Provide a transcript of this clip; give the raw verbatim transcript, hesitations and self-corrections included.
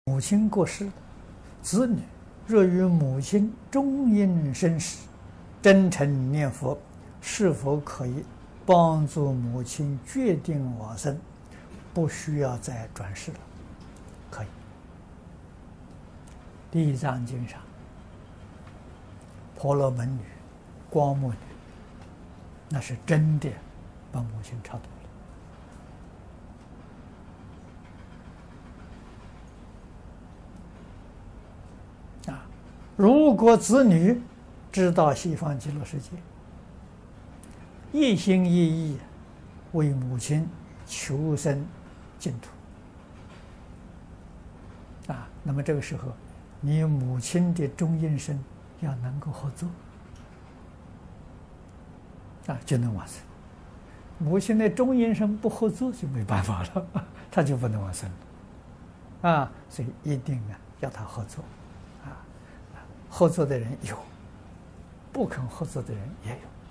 母亲过世了，子女若与母亲终因生时，真诚念佛，是否可以帮助母亲决定往生，不需要再转世了？可以。《地藏经》上，婆罗门女、光目女，那是真的把母亲超度了。啊，如果子女知道西方极乐世界，一心一意为母亲求生净土，啊，那么这个时候，你母亲的中阴身要能够合作，啊，就能往生。母亲的中阴身不合作就没办法了，他就不能往生了，啊，所以一定啊要他合作，啊，合作的人有，不肯合作的人也有。